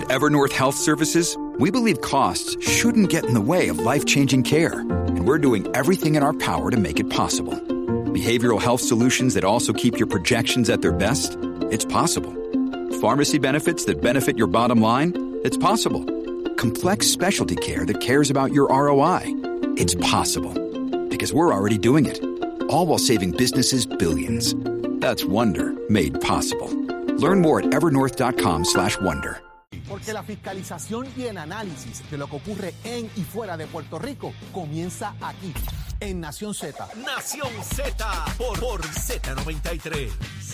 Evernorth Health Services, we believe costs shouldn't get in the way of life-changing care, and we're doing everything in our power to make it possible. Behavioral health solutions that also keep your projections at their best? It's possible. Pharmacy benefits that benefit your bottom line? It's possible. Complex specialty care that cares about your ROI? It's possible. Because we're already doing it. All while saving businesses billions. That's Wonder made possible. Learn more at evernorth.com/wonder. Porque la fiscalización y el análisis de lo que ocurre en y fuera de Puerto Rico comienza aquí, en Nación Z. Nación Z por Z93.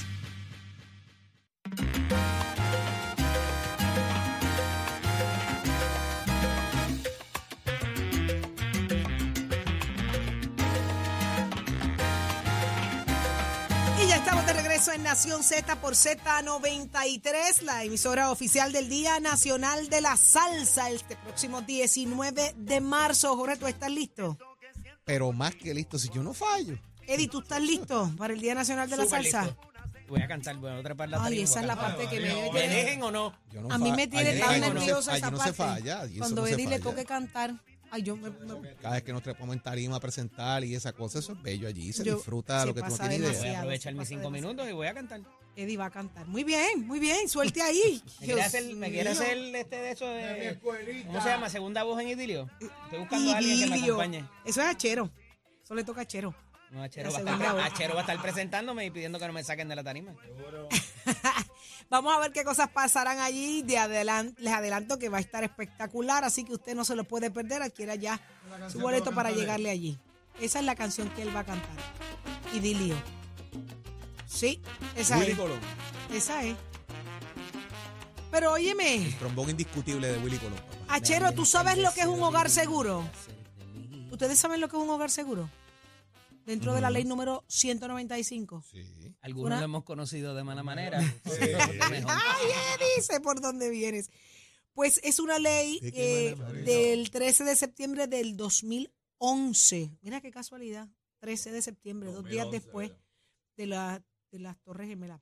Y ya estamos de regreso en Nación Z por Z93, la emisora oficial del Día Nacional de la Salsa, este próximo 19 de marzo. Jorge, ¿tú estás listo? Pero más que listo, si yo no fallo. Eddie, ¿tú estás listo para el Día Nacional de la Salsa? Listo. Voy a cantar, voy a trepar la tarima. Ay, esa es la parte que me... ¿Me dejen o no? A mí me tiene tan nerviosa esa no parte. se falla. Cuando Eddie le toque cantar... Ay, Cada vez que nos trepamos en tarima a presentar y esa cosa, eso es bello allí. Se Yo- disfruta se lo que tú no pasa tienes idea. Voy a demasiado. aprovechar mis se 5 pasa minutos y voy a cantar. Eddie va a cantar. Muy bien, suelte ahí. ¿Me quiere hacer de eso de... ¿Cómo se llama? ¿Segunda voz en idilio? Estoy buscando a alguien que me Idilio. acompañe. Eso es Achero. Eso le toca a Achero. No, Achero La va, segunda voz. Achero va a estar presentándome y pidiendo que no me saquen de la tarima. Vamos a ver qué cosas pasarán allí. Les adelanto que va a estar espectacular, así que usted no se lo puede perder. Adquiera ya su boleto para llegarle allí. Esa es la canción que él va a cantar. Idilio. Sí, esa Willy es. Colón. Esa es. Pero óyeme, El trombón indiscutible de Willy Colón. papá. Achero, ¿tú sabes lo que es un hogar seguro? ¿Ustedes saben lo que es un hogar seguro? Dentro de la ley número 195. Sí. Algunos Una- lo hemos conocido de mala manera. Mejor. Ay, dice por dónde vienes. Pues es una ley ¿De qué manera? del 13 de septiembre del 2011. Mira qué casualidad. 13 de septiembre, 2 días después de las Torres Gemelas.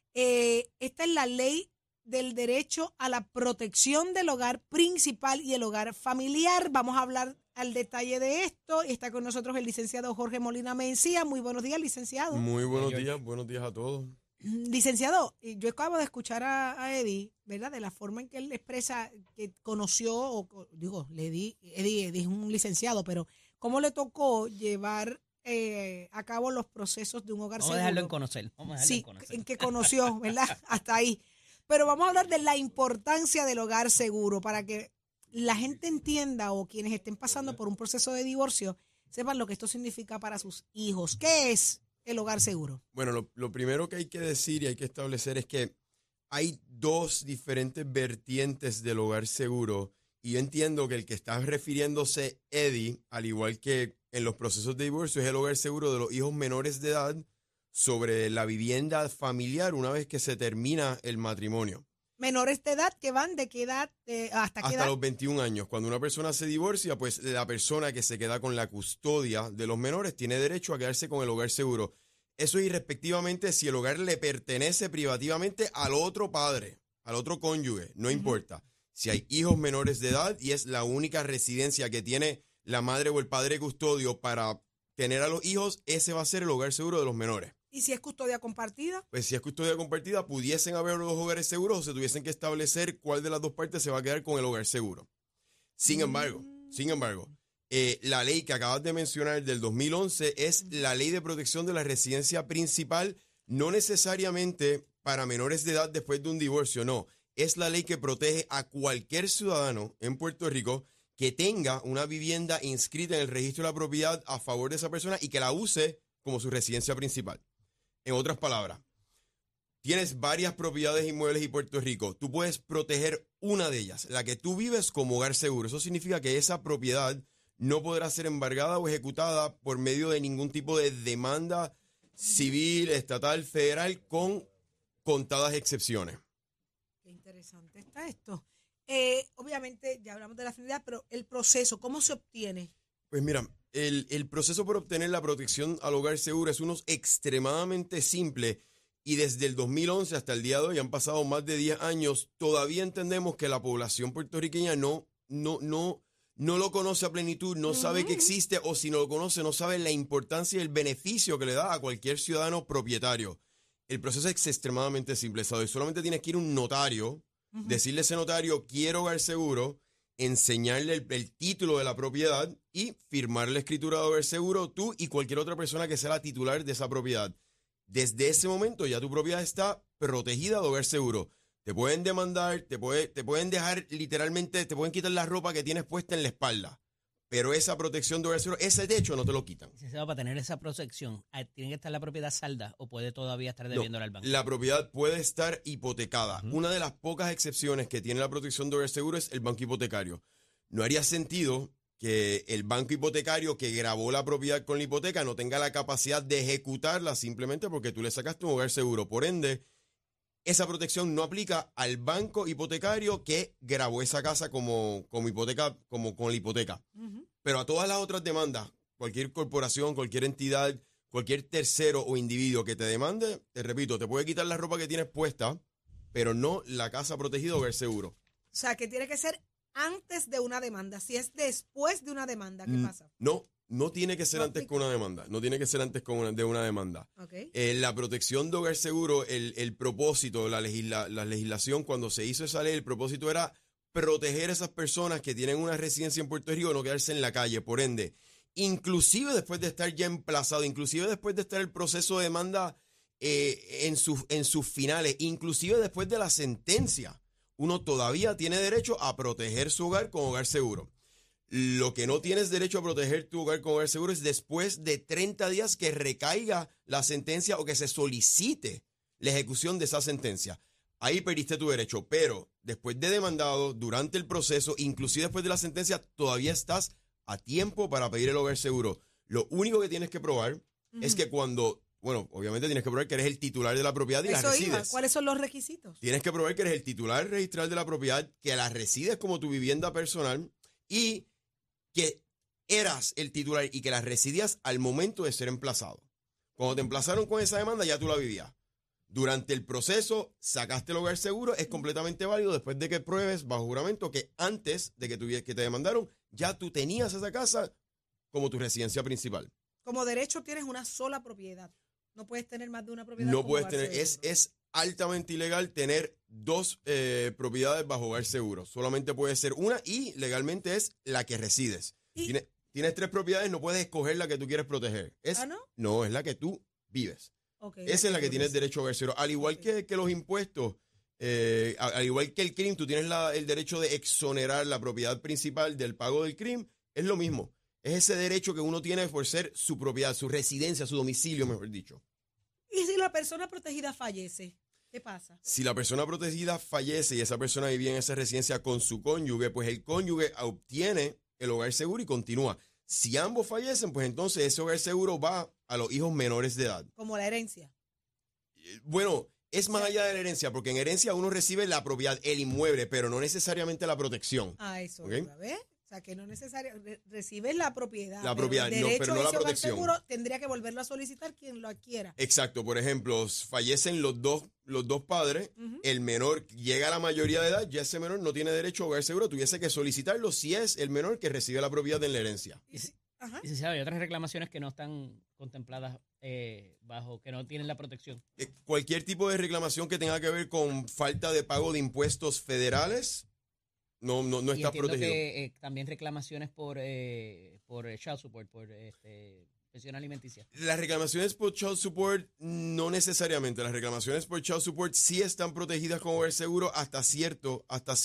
Esta es la ley del derecho a la protección del hogar principal y el hogar familiar. Vamos a hablar al detalle de esto. Está con nosotros el licenciado Jorge Molina Mencía. Muy buenos días, licenciado. Muy buenos días a todos. Licenciado, yo acabo de escuchar a Eddie, ¿verdad? De la forma en que él expresa que conoció, Eddie es un licenciado, pero cómo le tocó llevar a cabo los procesos de un hogar Vamos a seguro. dejarlo en conocer. Vamos a dejarlo Sí, en conocer. en que conoció, ¿verdad? Hasta ahí. Pero vamos a hablar de la importancia del hogar seguro para que la gente entienda o quienes estén pasando por un proceso de divorcio sepan lo que esto significa para sus hijos. ¿Qué es el hogar seguro? Bueno, lo primero que hay que decir y hay que establecer es que hay dos diferentes vertientes del hogar seguro y yo entiendo que el que está refiriéndose Eddie, al igual que en los procesos de divorcio, es el hogar seguro de los hijos menores de edad sobre la vivienda familiar una vez que se termina el matrimonio. Menores de edad que van de qué edad hasta qué Hasta edad. los 21 años. Cuando una persona se divorcia, pues la persona que se queda con la custodia de los menores tiene derecho a quedarse con el hogar seguro. Eso es irrespectivamente si el hogar le pertenece privativamente al otro padre, al otro cónyuge, no importa. Si hay hijos menores de edad y es la única residencia que tiene la madre o el padre custodio para tener a los hijos, ese va a ser el hogar seguro de los menores. ¿Y si es custodia compartida? Pues si es custodia compartida, pudiesen haber los hogares seguros o se tuviesen que establecer cuál de las dos partes se va a quedar con el hogar seguro. Sin embargo, la ley que acabas de mencionar del 2011 es la ley de protección de la residencia principal, no necesariamente para menores de edad después de un divorcio, no. Es la ley que protege a cualquier ciudadano en Puerto Rico que tenga una vivienda inscrita en el registro de la propiedad a favor de esa persona y que la use como su residencia principal. En otras palabras, tienes varias propiedades inmuebles en Puerto Rico. Tú puedes proteger una de ellas, la que tú vives como hogar seguro. Eso significa que esa propiedad no podrá ser embargada o ejecutada por medio de ningún tipo de demanda civil, estatal, federal, con contadas excepciones. Qué interesante está esto. Obviamente, ya hablamos de la finalidad, pero el proceso, ¿cómo se obtiene? Pues mira, el proceso por obtener la protección al hogar seguro es uno extremadamente simple y desde el 2011 hasta el día de hoy han pasado más de 10 años, todavía entendemos que la población puertorriqueña no lo conoce a plenitud, no sabe que existe, o si no lo conoce, no sabe la importancia y el beneficio que le da a cualquier ciudadano propietario. El proceso es extremadamente simple, ¿sabes? Solamente tienes que ir a un notario, decirle a ese notario, quiero hogar seguro, enseñarle el título de la propiedad y firmar la escritura de hogar seguro tú y cualquier otra persona que sea la titular de esa propiedad. Desde ese momento ya tu propiedad está protegida de hogar seguro. Te pueden demandar, te pueden dejar literalmente, te pueden quitar la ropa que tienes puesta en la espalda. Pero esa protección de hogar seguro, ese techo no te lo quitan. Para tener esa protección, ¿tiene que estar la propiedad salda o puede todavía estar debiéndola al banco? La propiedad puede estar hipotecada. Una de las pocas excepciones que tiene la protección de hogar seguro es el banco hipotecario. No haría sentido que el banco hipotecario que grabó la propiedad con la hipoteca no tenga la capacidad de ejecutarla simplemente porque tú le sacaste un hogar seguro. Por ende, esa protección no aplica al banco hipotecario que grabó esa casa como hipoteca, como con la hipoteca. Pero a todas las otras demandas, cualquier corporación, cualquier entidad, cualquier tercero o individuo que te demande, te repito, te puede quitar la ropa que tienes puesta, pero no la casa protegida o hogar seguro. O sea, que tiene que ser antes de una demanda. Si es después de una demanda, ¿qué pasa? No tiene que ser antes que una demanda. No tiene que ser antes de una demanda. Okay. La protección de hogar seguro, el propósito, la legislación, cuando se hizo esa ley, el propósito era proteger a esas personas que tienen una residencia en Puerto Rico, no quedarse en la calle. Por ende, inclusive después de estar ya emplazado, inclusive después de estar el proceso de demanda en sus finales, inclusive después de la sentencia, uno todavía tiene derecho a proteger su hogar con hogar seguro. Lo que no tienes derecho a proteger tu hogar con hogar seguro es después de 30 días que recaiga la sentencia o que se solicite la ejecución de esa sentencia. Ahí perdiste tu derecho, pero después de demandado, durante el proceso, inclusive después de la sentencia, todavía estás a tiempo para pedir el hogar seguro. Lo único que tienes que probar es que obviamente tienes que probar que eres el titular de la propiedad y la resides. ¿Cuáles son los requisitos? Tienes que probar que eres el titular registral de la propiedad, que la resides como tu vivienda personal y que eras el titular y que la residías al momento de ser emplazado. Cuando te emplazaron con esa demanda, ya tú la vivías. Durante el proceso, sacaste el hogar seguro, es completamente válido después de que pruebes bajo juramento que antes de que te demandaron, ya tú tenías esa casa como tu residencia principal. Como derecho tienes una sola propiedad. No puedes tener más de una propiedad. No puedes tener, es altamente ilegal tener dos propiedades bajo hogar seguro. Solamente puede ser una y legalmente es la que resides. Tienes 3 propiedades, no puedes escoger la que tú quieres proteger. ¿No? No, es la que tú vives. Okay, esa es la que tienes derecho a hogar seguro. Al igual que los impuestos, al igual que el crimen, tú tienes el derecho de exonerar la propiedad principal del pago del crimen. Es lo mismo. Es ese derecho que uno tiene por ser su propiedad, su residencia, su domicilio, mejor dicho. ¿Y si la persona protegida fallece? ¿Qué pasa? Si la persona protegida fallece y esa persona vivía en esa residencia con su cónyuge, pues el cónyuge obtiene el hogar seguro y continúa. Si ambos fallecen, pues entonces ese hogar seguro va a los hijos menores de edad. Como la herencia. Bueno, es más allá de la herencia, porque en herencia uno recibe la propiedad, el inmueble, pero no necesariamente la protección. Eso, ¿Okay? ¿ves? O sea, que no necesariamente recibes la propiedad. La propiedad, pero no la protección. Seguro, tendría que volverlo a solicitar quien lo adquiera. Exacto. Por ejemplo, fallecen los dos padres, el menor llega a la mayoría de edad, ya ese menor no tiene derecho a hogar seguro, tuviese que solicitarlo si es el menor que recibe la propiedad en la herencia. Y si sabe, hay otras reclamaciones que no están contempladas bajo, que no tienen la protección. Cualquier tipo de reclamación que tenga que ver con falta de pago de impuestos federales, no está protegido. Que, también reclamaciones por child support, por pensión alimenticia. Las reclamaciones por child support no necesariamente. Las reclamaciones por child support sí están protegidas con hogar seguro hasta cierto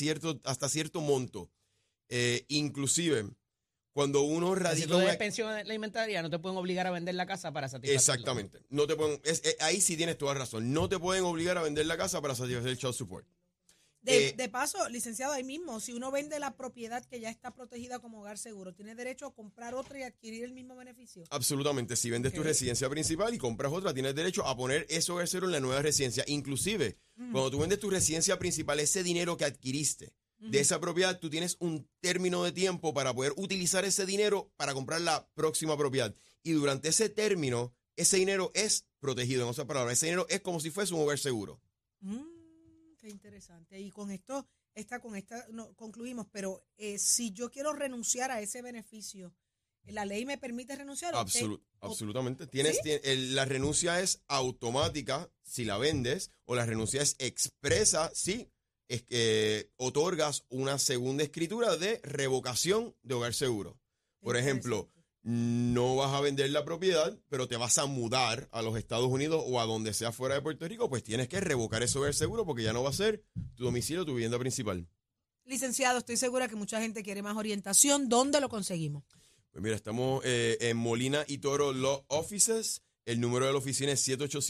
monto. Inclusive cuando uno radica si tú debes pensión alimentaria, no te pueden obligar a vender la casa para satisfacer. Exactamente. No te pueden, ahí sí tienes toda razón. No te pueden obligar a vender la casa para satisfacer el child support. De paso, licenciado, ahí mismo, si uno vende la propiedad que ya está protegida como hogar seguro, ¿tiene derecho a comprar otra y adquirir el mismo beneficio? Absolutamente. Si vendes tu residencia principal y compras otra, tienes derecho a poner ese hogar seguro en la nueva residencia. Inclusive, cuando tú vendes tu residencia principal, ese dinero que adquiriste de esa propiedad, tú tienes un término de tiempo para poder utilizar ese dinero para comprar la próxima propiedad. Y durante ese término, ese dinero es protegido. En otras palabras, ese dinero es como si fuese un hogar seguro. Qué interesante. Y con esto, concluimos, pero si yo quiero renunciar a ese beneficio, ¿la ley me permite renunciar? Absolutamente. La renuncia es automática si la vendes, o la renuncia es expresa si es que otorgas una segunda escritura de revocación de hogar seguro. Por ejemplo, no vas a vender la propiedad, pero te vas a mudar a los Estados Unidos o a donde sea fuera de Puerto Rico, pues tienes que revocar ese hogar seguro porque ya no va a ser tu domicilio, tu vivienda principal. Licenciado, estoy segura que mucha gente quiere más orientación. ¿Dónde lo conseguimos? Pues mira, estamos en Molina y Toro Law Offices. El número de la oficina es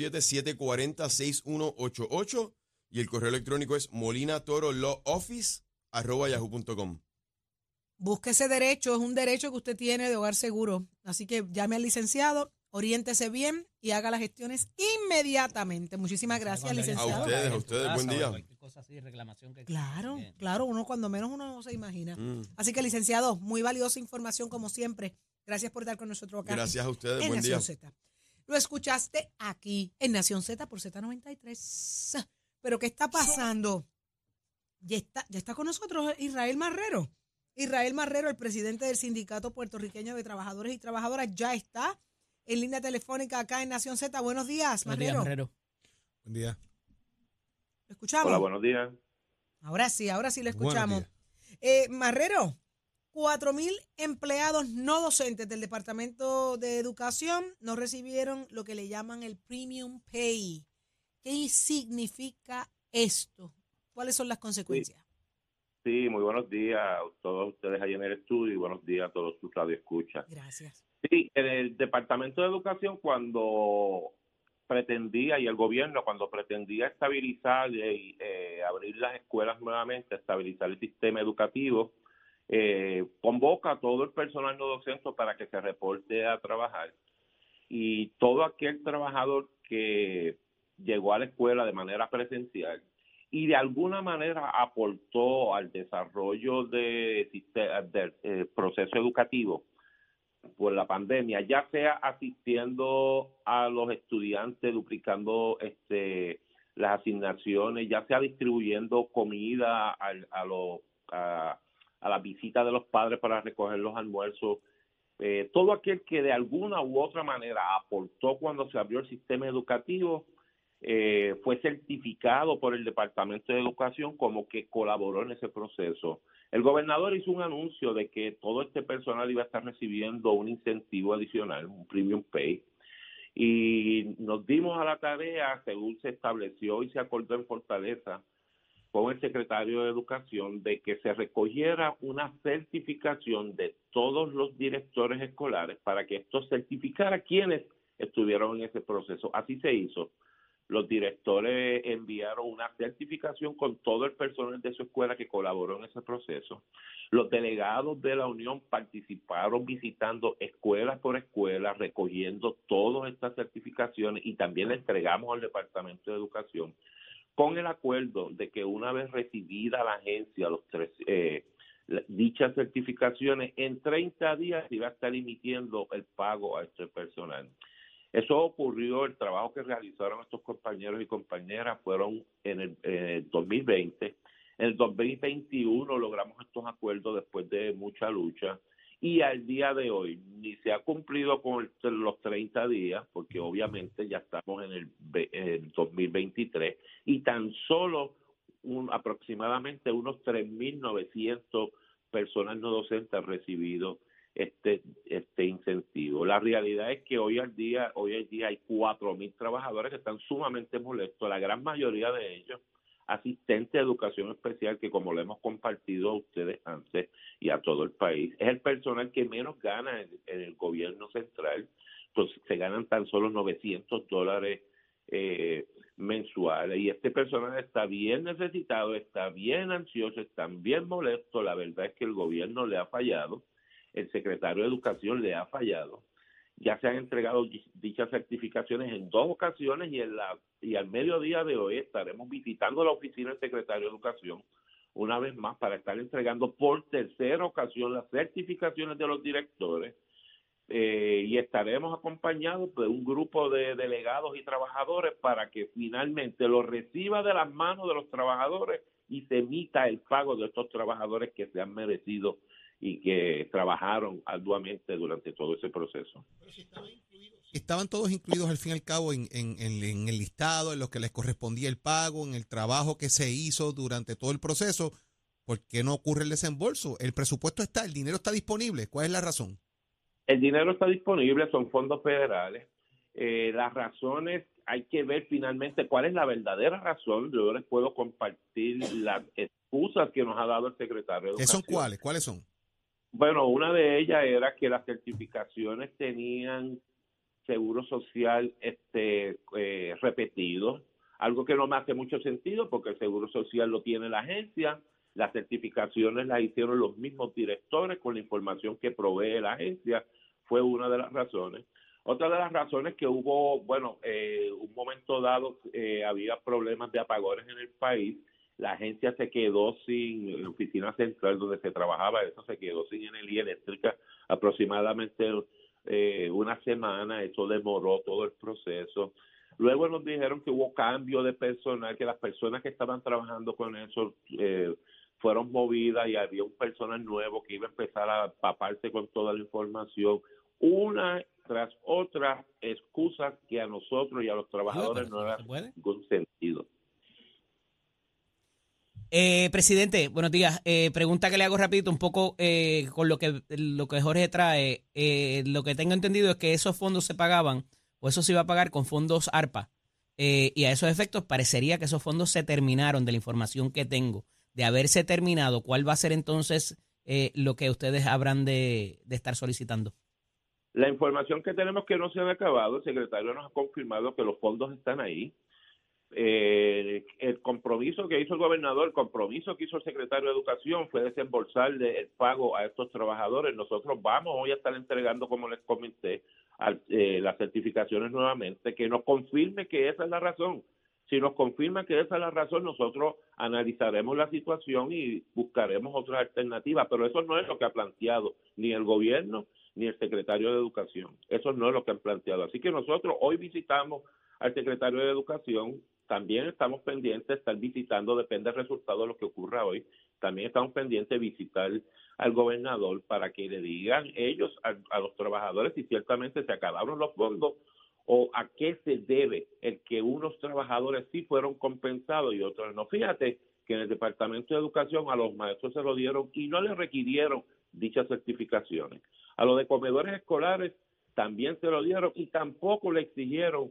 787-740-6188 y el correo electrónico es molinatorolawoffice@yahoo.com. Busque ese derecho, es un derecho que usted tiene de hogar seguro. Así que llame al licenciado, oriéntese bien y haga las gestiones inmediatamente. Muchísimas gracias, licenciado. A ustedes, buen día. Cosa así, reclamación que Claro, uno cuando menos uno no se imagina. Así que, licenciado, muy valiosa información como siempre. Gracias por estar con nosotros acá. Gracias a ustedes, en buen Nación día. Z. Lo escuchaste aquí en Nación Z por Z93. Pero ¿qué está pasando? Ya está con nosotros Israel Marrero. Israel Marrero, el presidente del Sindicato Puertorriqueño de Trabajadores y Trabajadoras, ya está en línea telefónica acá en Nación Z. Buenos días, Marrero. Buen día. ¿Lo escuchamos? Hola, buenos días. Ahora sí lo escuchamos. Marrero, 4,000 empleados no docentes del Departamento de Educación no recibieron lo que le llaman el Premium Pay. ¿Qué significa esto? ¿Cuáles son las consecuencias? Sí, muy buenos días a todos ustedes allá en el estudio y buenos días a todos sus radioescuchas. Gracias. Sí, en el Departamento de Educación cuando pretendía, y el gobierno cuando pretendía estabilizar y abrir las escuelas nuevamente, estabilizar el sistema educativo, convoca a todo el personal no docente para que se reporte a trabajar. Y todo aquel trabajador que llegó a la escuela de manera presencial y de alguna manera aportó al desarrollo del proceso educativo por la pandemia, ya sea asistiendo a los estudiantes, duplicando las asignaciones, ya sea distribuyendo comida a la visita de los padres para recoger los almuerzos, todo aquel que de alguna u otra manera aportó cuando se abrió el sistema educativo, fue certificado por el Departamento de Educación como que colaboró en ese proceso. El gobernador hizo un anuncio de que todo este personal iba a estar recibiendo un incentivo adicional, un premium pay, y nos dimos a la tarea, según se estableció y se acordó en Fortaleza con el secretario de Educación, de que se recogiera una certificación de todos los directores escolares para que esto certificara quienes estuvieron en ese proceso. Así se hizo. Los directores enviaron una certificación con todo el personal de su escuela que colaboró en ese proceso. Los delegados de la Unión participaron visitando escuela por escuela, recogiendo todas estas certificaciones y también le entregamos al Departamento de Educación con el acuerdo de que una vez recibida la agencia dichas certificaciones, en 30 días iba a estar emitiendo el pago a este personal. Eso ocurrió, el trabajo que realizaron estos compañeros y compañeras fueron en el 2020. En el 2021 logramos estos acuerdos después de mucha lucha y al día de hoy ni se ha cumplido con los 30 días porque obviamente ya estamos en el 2023 y tan solo aproximadamente unos 3,900 personas no docentes han recibido este incentivo. La realidad es que hoy en día hay 4,000 trabajadores que están sumamente molestos, la gran mayoría de ellos asistentes de educación especial que, como lo hemos compartido a ustedes antes y a todo el país, es el personal que menos gana en el gobierno central, pues se ganan tan solo $900 mensuales y este personal está bien necesitado, está bien ansioso, está bien molesto. La verdad es que el gobierno le ha fallado, el secretario de Educación le ha fallado. Ya se han entregado dichas certificaciones en 2 ocasiones y al mediodía de hoy estaremos visitando la oficina del secretario de Educación una vez más para estar entregando por tercera ocasión las certificaciones de los directores y estaremos acompañados de un grupo de delegados y trabajadores para que finalmente lo reciba de las manos de los trabajadores y se emita el pago de estos trabajadores que se han merecido y que trabajaron arduamente durante todo ese proceso. Estaban todos incluidos al fin y al cabo en el listado, en los que les correspondía el pago, en el trabajo que se hizo durante todo el proceso. ¿Por qué no ocurre el desembolso? El presupuesto está, el dinero está disponible. ¿Cuál es la razón? El dinero está disponible, son fondos federales. Las razones, hay que ver finalmente cuál es la verdadera razón. Yo les puedo compartir las excusas que nos ha dado el secretario de Educación. ¿Qué son cuáles? ¿Cuáles son? Bueno, una de ellas era que las certificaciones tenían seguro social repetido, algo que no me hace mucho sentido porque el seguro social lo tiene la agencia, las certificaciones las hicieron los mismos directores con la información que provee la agencia, fue una de las razones. Otra de las razones que hubo, un momento dado había problemas de apagones en el país, la agencia se quedó sin, la oficina central donde se trabajaba eso, se quedó sin energía eléctrica aproximadamente una semana, eso demoró todo el proceso. Luego nos dijeron que hubo cambio de personal, que las personas que estaban trabajando con eso fueron movidas y había un personal nuevo que iba a empezar a empaparse con toda la información. Una tras otra excusas que a nosotros y a los trabajadores no era ningún sentido. Presidente, buenos días. Pregunta que le hago rapidito, un poco con lo que Jorge trae. Lo que tengo entendido es que esos fondos se pagaban, o eso se iba a pagar con fondos ARPA. Y a esos efectos parecería que esos fondos se terminaron, de la información que tengo. De haberse terminado, ¿cuál va a ser entonces lo que ustedes habrán de estar solicitando? La información que tenemos que no se han acabado, el secretario nos ha confirmado que los fondos están ahí. El compromiso que hizo el gobernador, el compromiso que hizo el secretario de Educación fue desembolsar el pago a estos trabajadores. Nosotros vamos hoy a estar entregando, como les comenté, las certificaciones nuevamente, que nos confirme que esa es la razón. Si nos confirma que esa es la razón, nosotros analizaremos la situación y buscaremos otras alternativas, pero eso no es lo que ha planteado ni el gobierno ni el secretario de Educación. Eso no es lo que han planteado. Así que nosotros hoy visitamos al secretario de Educación, también estamos pendientes de estar visitando, depende del resultado de lo que ocurra hoy, también estamos pendientes de visitar al gobernador para que le digan ellos a los trabajadores si ciertamente se acabaron los fondos o a qué se debe el que unos trabajadores sí fueron compensados y otros no. Fíjate que en el Departamento de Educación a los maestros se lo dieron y no les requirieron dichas certificaciones. A los de comedores escolares también se lo dieron y tampoco le exigieron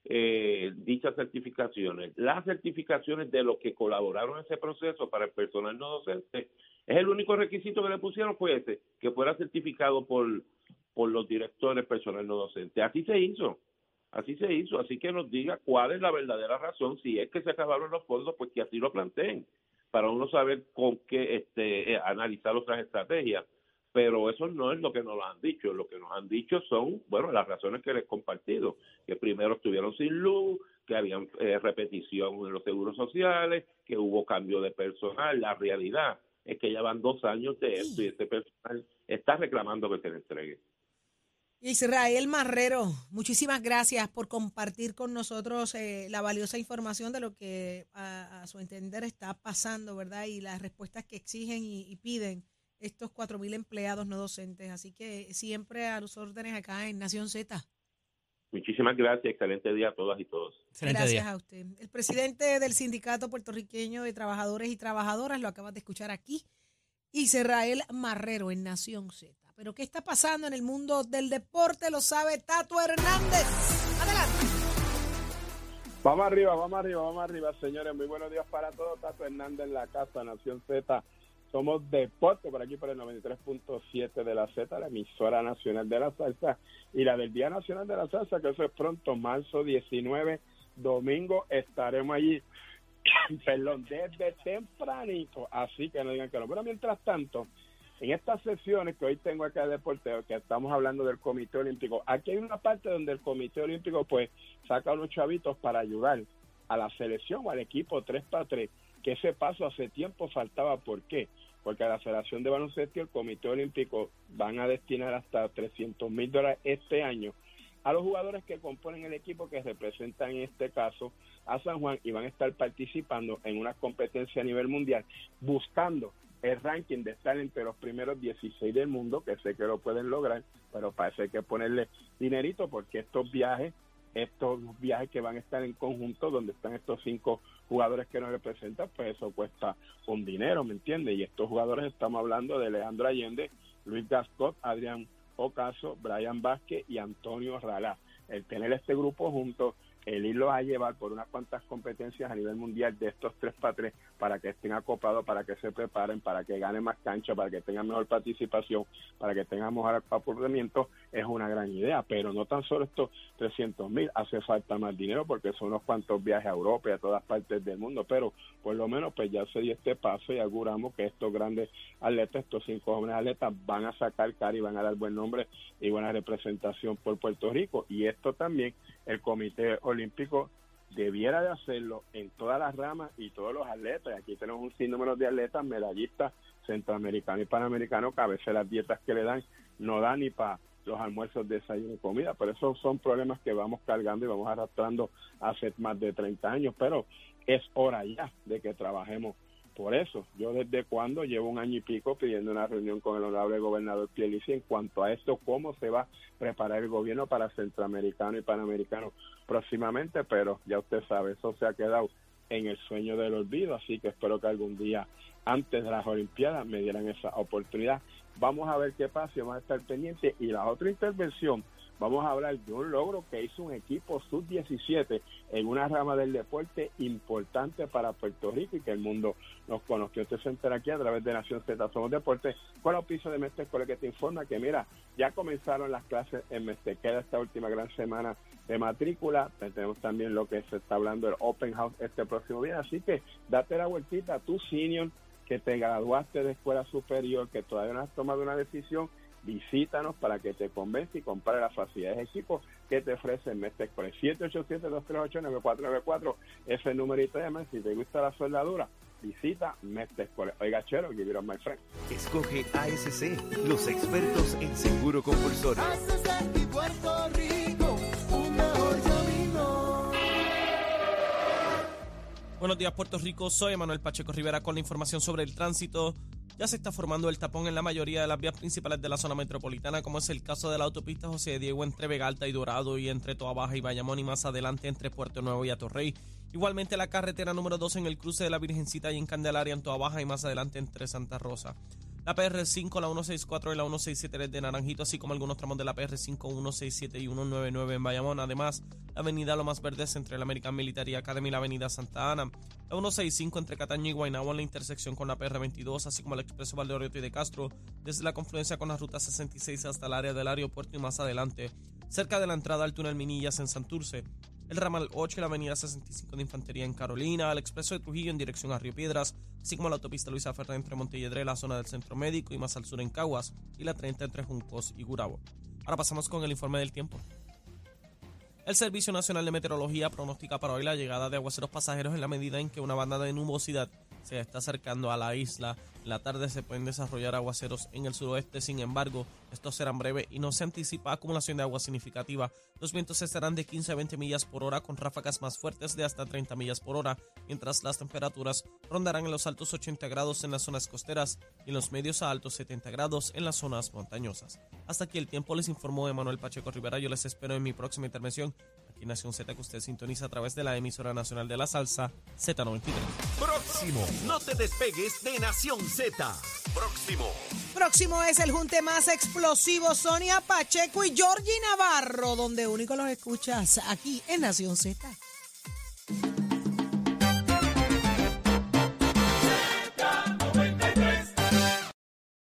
dichas certificaciones. Las certificaciones de los que colaboraron en ese proceso para el personal no docente, es el único requisito que le pusieron fue ese, que fuera certificado por los directores personal no docente. Así se hizo, así que nos diga cuál es la verdadera razón, si es que se acabaron los fondos, pues que así lo planteen, para uno saber con qué analizar otras estrategias. Pero eso no es lo que nos lo han dicho. Lo que nos han dicho son, las razones que les he compartido, que primero estuvieron sin luz, que habían repetición en los seguros sociales, que hubo cambio de personal. La realidad es que ya van 2 años de esto y este personal está reclamando que se le entregue. Israel Marrero, muchísimas gracias por compartir con nosotros la valiosa información de lo que a su entender está pasando, ¿verdad? Y las respuestas que exigen y piden estos 4,000 empleados no docentes. Así que siempre a los órdenes acá en Nación Z. Muchísimas gracias. Excelente día a todas y todos. Gracias a usted. El presidente del Sindicato Puertorriqueño de Trabajadores y Trabajadoras, lo acabas de escuchar aquí, Israel Marrero en Nación Z. Pero ¿qué está pasando en el mundo del deporte? Lo sabe Tato Hernández. Adelante. Vamos arriba, señores. Muy buenos días para todos. Tato Hernández en la casa, Nación Z. Somos deporte por aquí por el 93.7 de la Z, la emisora nacional de la salsa y la del Día Nacional de la Salsa, que eso es pronto, marzo 19, domingo, estaremos allí, desde tempranito, así que no digan que no. Pero mientras tanto, en estas sesiones que hoy tengo acá de deporteo, que estamos hablando del Comité Olímpico, aquí hay una parte donde el Comité Olímpico pues saca unos chavitos para ayudar a la selección o al equipo 3x3, que ese paso hace tiempo faltaba. ¿Por qué? porque a la Federación de Baloncesto y el Comité Olímpico van a destinar hasta $300,000 este año a los jugadores que componen el equipo que representan en este caso a San Juan y van a estar participando en una competencia a nivel mundial buscando el ranking de estar entre los primeros 16 del mundo, que sé que lo pueden lograr, pero para eso hay que ponerle dinerito porque estos viajes que van a estar en conjunto, donde están estos 5 jugadores que nos representan, pues eso cuesta un dinero, ¿me entiendes? Y estos jugadores estamos hablando de Alejandro Allende, Luis Gascot, Adrián Ocaso, Brian Vázquez y Antonio Ralá. El tener este grupo juntos, el irlos a llevar por unas cuantas competencias a nivel mundial de estos 3x3 para que estén acoplados, para que se preparen, para que ganen más cancha, para que tengan mejor participación, para que tengan mejor aportamiento, es una gran idea. Pero no tan solo estos $300,000, hace falta más dinero porque son unos cuantos viajes a Europa y a todas partes del mundo, pero por lo menos pues ya se dio este paso y auguramos que estos grandes atletas, estos 5 jóvenes atletas van a sacar cara y van a dar buen nombre y buena representación por Puerto Rico. Y esto también el Comité Olímpico debiera de hacerlo en todas las ramas y todos los atletas. Aquí tenemos un sinnúmero de atletas, medallistas, centroamericanos y panamericanos, que a veces las dietas que le dan no dan ni para los almuerzos, desayuno y comida. Pero esos son problemas que vamos cargando y vamos arrastrando hace más de 30 años, pero es hora ya de que trabajemos por eso. Yo desde cuando llevo 1 año y pico pidiendo una reunión con el honorable gobernador Pierluisi en cuanto a esto, cómo se va a preparar el gobierno para centroamericano y panamericano próximamente, pero ya usted sabe, eso se ha quedado en el sueño del olvido, así que espero que algún día antes de las Olimpiadas me dieran esa oportunidad. Vamos a ver qué pasa y vamos a estar pendientes. Y la otra intervención, vamos a hablar de un logro que hizo un equipo sub-17 en una rama del deporte importante para Puerto Rico y que el mundo nos conoció. Usted se entera aquí a través de Nación Z Somos Deportes con el auspicio de Mestre Escuela, que te informa que mira, ya comenzaron las clases en Mestre. Queda esta última gran semana de matrícula. Tenemos también lo que se está hablando del Open House este próximo día, así que date la vueltita, tú senior que te graduaste de escuela superior, que todavía no has tomado una decisión, visítanos para que te convenza y compare las facilidades de equipo que te ofrece Mestre Escuela. 787-238-9494 es el numerito de llama. Si te gusta la soldadura, visita Mestre Escuela. Oiga, chero, give it up, my friend. Escoge ASC, los expertos en seguro compulsorio. Buenos días, Puerto Rico. Soy Manuel Pacheco Rivera con la información sobre el tránsito. Ya se está formando el tapón en la mayoría de las vías principales de la zona metropolitana, como es el caso de la autopista José Diego entre Vega Alta y Dorado y entre Toa Baja y Bayamón y más adelante entre Puerto Nuevo y Atorrey. Igualmente la carretera número 2 en el cruce de la Virgencita y en Candelaria en Toa Baja y más adelante entre Santa Rosa. La PR5, la 164 y la 167 de Naranjito, así como algunos tramos de la PR5, 167 y 199 en Bayamón. Además, la avenida Lomas Verdes entre la American Military Academy y la avenida Santa Ana. La 165 entre Cataño y Guaynabo en la intersección con la PR22, así como el expreso Valdeorioto y de Castro, desde la confluencia con la ruta 66 hasta el área del aeropuerto y más adelante, cerca de la entrada al túnel Minillas en Santurce. El ramal 8 y la avenida 65 de Infantería en Carolina, el expreso de Trujillo en dirección a Río Piedras, así como la autopista Luisa Ferrer entre Montelledre, la zona del Centro Médico y más al sur en Caguas, y la 30 entre Juncos y Gurabo. Ahora pasamos con el informe del tiempo. El Servicio Nacional de Meteorología pronostica para hoy la llegada de aguaceros pasajeros en la medida en que una banda de nubosidad se está acercando a la isla. En la tarde se pueden desarrollar aguaceros en el suroeste, sin embargo, estos serán breves y no se anticipa acumulación de agua significativa. Los vientos estarán de 15 a 20 millas por hora con ráfagas más fuertes de hasta 30 millas por hora, mientras las temperaturas rondarán en los altos 80 grados en las zonas costeras y en los medios a altos 70 grados en las zonas montañosas. Hasta aquí el tiempo, les informó Manuel Pacheco Rivera. Yo les espero en mi próxima intervención aquí en Nación Z, que usted sintoniza a través de la emisora nacional de la salsa Z93. Próximo, no te despegues de Nación Z. Próximo es el junte más explosivo, Sonia Pacheco y Georgie Navarro, donde único los escuchas aquí en Nación Z.